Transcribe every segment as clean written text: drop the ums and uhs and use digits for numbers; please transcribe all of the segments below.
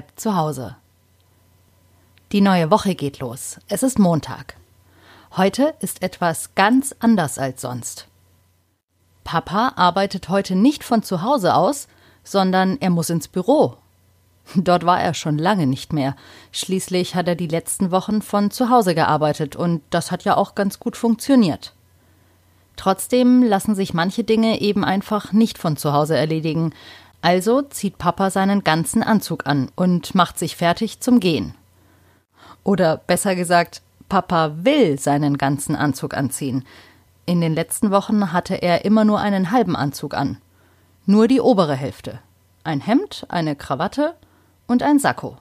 bleibt zu Hause. Die neue Woche geht los. Es ist Montag. Heute ist etwas ganz anders als sonst. Papa arbeitet heute nicht von zu Hause aus, sondern er muss ins Büro. Dort war er schon lange nicht mehr. Schließlich hat er die letzten Wochen von zu Hause gearbeitet und das hat ja auch ganz gut funktioniert. Trotzdem lassen sich manche Dinge eben einfach nicht von zu Hause erledigen. Also zieht Papa seinen ganzen Anzug an und macht sich fertig zum Gehen. Oder besser gesagt, Papa will seinen ganzen Anzug anziehen. In den letzten Wochen hatte er immer nur einen halben Anzug an. Nur die obere Hälfte. Ein Hemd, eine Krawatte und ein Sakko.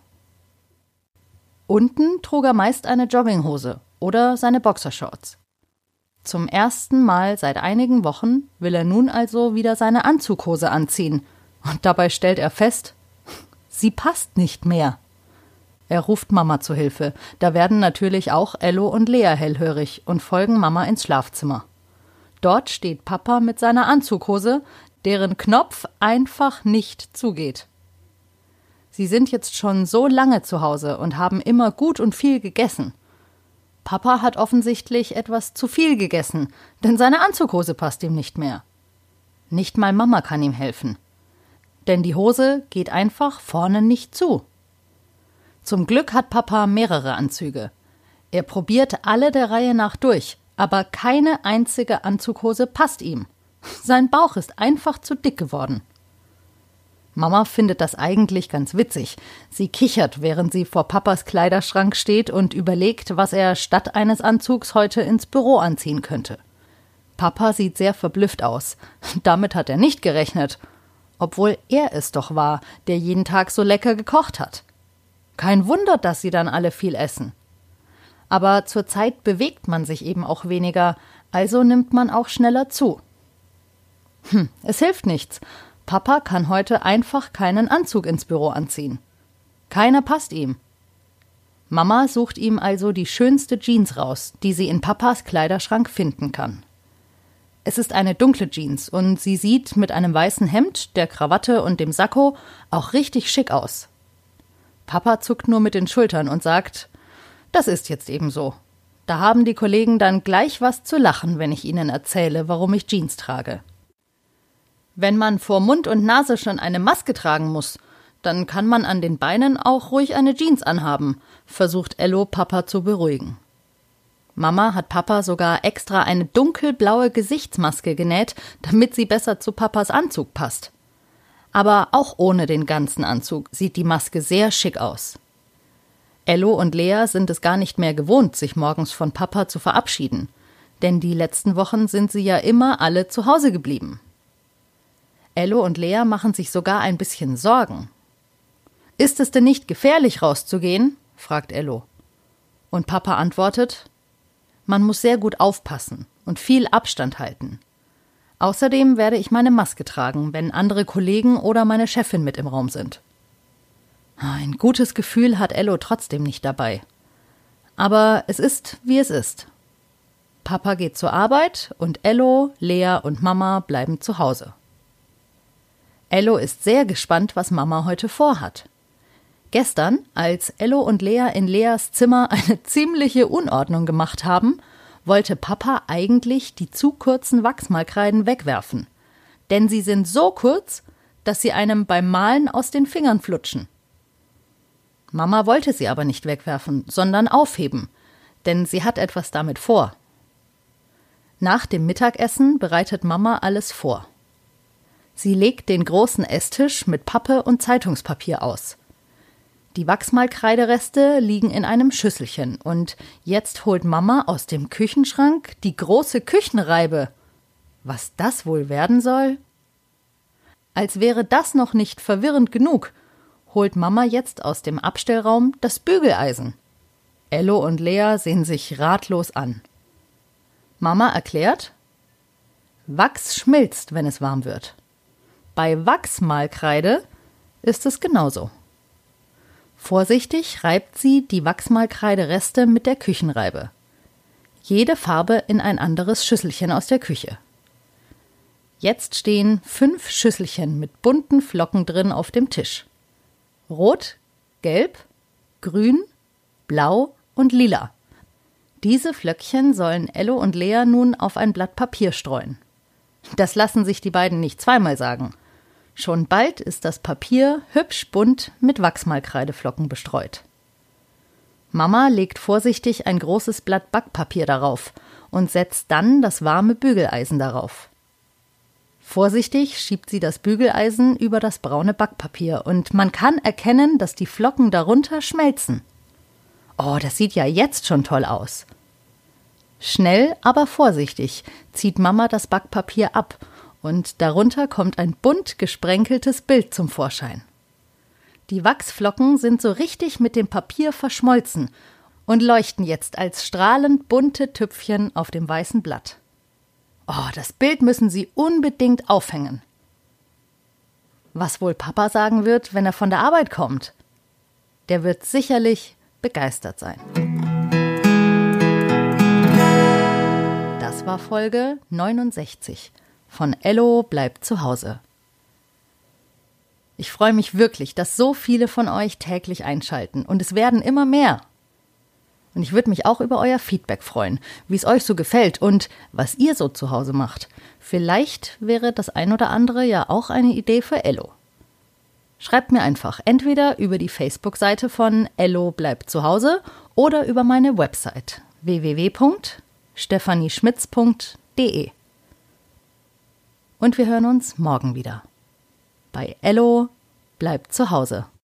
Unten trug er meist eine Jogginghose oder seine Boxershorts. Zum ersten Mal seit einigen Wochen will er nun also wieder seine Anzughose anziehen. Und dabei stellt er fest, sie passt nicht mehr. Er ruft Mama zu Hilfe. Da werden natürlich auch Ello und Lea hellhörig und folgen Mama ins Schlafzimmer. Dort steht Papa mit seiner Anzughose, deren Knopf einfach nicht zugeht. Sie sind jetzt schon so lange zu Hause und haben immer gut und viel gegessen. Papa hat offensichtlich etwas zu viel gegessen, denn seine Anzughose passt ihm nicht mehr. Nicht mal Mama kann ihm helfen. Denn die Hose geht einfach vorne nicht zu. Zum Glück hat Papa mehrere Anzüge. Er probiert alle der Reihe nach durch, aber keine einzige Anzughose passt ihm. Sein Bauch ist einfach zu dick geworden. Mama findet das eigentlich ganz witzig. Sie kichert, während sie vor Papas Kleiderschrank steht und überlegt, was er statt eines Anzugs heute ins Büro anziehen könnte. Papa sieht sehr verblüfft aus. Damit hat er nicht gerechnet. Obwohl er es doch war, der jeden Tag so lecker gekocht hat. Kein Wunder, dass sie dann alle viel essen. Aber zurzeit bewegt man sich eben auch weniger, also nimmt man auch schneller zu. Es hilft nichts. Papa kann heute einfach keinen Anzug ins Büro anziehen. Keiner passt ihm. Mama sucht ihm also die schönste Jeans raus, die sie in Papas Kleiderschrank finden kann. Es ist eine dunkle Jeans und sie sieht mit einem weißen Hemd, der Krawatte und dem Sakko auch richtig schick aus. Papa zuckt nur mit den Schultern und sagt, das ist jetzt eben so. Da haben die Kollegen dann gleich was zu lachen, wenn ich ihnen erzähle, warum ich Jeans trage. Wenn man vor Mund und Nase schon eine Maske tragen muss, dann kann man an den Beinen auch ruhig eine Jeans anhaben, versucht Ello Papa zu beruhigen. Mama hat Papa sogar extra eine dunkelblaue Gesichtsmaske genäht, damit sie besser zu Papas Anzug passt. Aber auch ohne den ganzen Anzug sieht die Maske sehr schick aus. Ello und Lea sind es gar nicht mehr gewohnt, sich morgens von Papa zu verabschieden, denn die letzten Wochen sind sie ja immer alle zu Hause geblieben. Ello und Lea machen sich sogar ein bisschen Sorgen. »Ist es denn nicht gefährlich, rauszugehen?« fragt Ello. Und Papa antwortet, »Man muss sehr gut aufpassen und viel Abstand halten. Außerdem werde ich meine Maske tragen, wenn andere Kollegen oder meine Chefin mit im Raum sind.« Ein gutes Gefühl hat Ello trotzdem nicht dabei. Aber es ist, wie es ist. Papa geht zur Arbeit und Ello, Lea und Mama bleiben zu Hause. Ello ist sehr gespannt, was Mama heute vorhat. Gestern, als Ello und Lea in Leas Zimmer eine ziemliche Unordnung gemacht haben, wollte Papa eigentlich die zu kurzen Wachsmalkreiden wegwerfen. Denn sie sind so kurz, dass sie einem beim Malen aus den Fingern flutschen. Mama wollte sie aber nicht wegwerfen, sondern aufheben, denn sie hat etwas damit vor. Nach dem Mittagessen bereitet Mama alles vor. Sie legt den großen Esstisch mit Pappe und Zeitungspapier aus. Die Wachsmalkreidereste liegen in einem Schüsselchen und jetzt holt Mama aus dem Küchenschrank die große Küchenreibe. Was das wohl werden soll? Als wäre das noch nicht verwirrend genug, holt Mama jetzt aus dem Abstellraum das Bügeleisen. Ello und Lea sehen sich ratlos an. Mama erklärt, Wachs schmilzt, wenn es warm wird. Bei Wachsmalkreide ist es genauso. Vorsichtig reibt sie die Wachsmalkreidereste mit der Küchenreibe. Jede Farbe in ein anderes Schüsselchen aus der Küche. Jetzt stehen 5 Schüsselchen mit bunten Flocken drin auf dem Tisch. Rot, gelb, grün, blau und lila. Diese Flöckchen sollen Ello und Lea nun auf ein Blatt Papier streuen. Das lassen sich die beiden nicht zweimal sagen. Schon bald ist das Papier hübsch bunt mit Wachsmalkreideflocken bestreut. Mama legt vorsichtig ein großes Blatt Backpapier darauf und setzt dann das warme Bügeleisen darauf. Vorsichtig schiebt sie das Bügeleisen über das braune Backpapier und man kann erkennen, dass die Flocken darunter schmelzen. Oh, das sieht ja jetzt schon toll aus. Schnell, aber vorsichtig zieht Mama das Backpapier ab und darunter kommt ein bunt gesprenkeltes Bild zum Vorschein. Die Wachsflocken sind so richtig mit dem Papier verschmolzen und leuchten jetzt als strahlend bunte Tüpfchen auf dem weißen Blatt. Oh, das Bild müssen Sie unbedingt aufhängen. Was wohl Papa sagen wird, wenn er von der Arbeit kommt? Der wird sicherlich begeistert sein. Das war Folge 69 von Ello bleibt zu Hause. Ich freue mich wirklich, dass so viele von euch täglich einschalten und es werden immer mehr. Und ich würde mich auch über euer Feedback freuen, wie es euch so gefällt und was ihr so zu Hause macht. Vielleicht wäre das ein oder andere ja auch eine Idee für Ello. Schreibt mir einfach entweder über die Facebook-Seite von Ello bleibt zu Hause oder über meine Website www.stephanieschmitz.de. Und wir hören uns morgen wieder. Bei Ello bleibt zu Hause.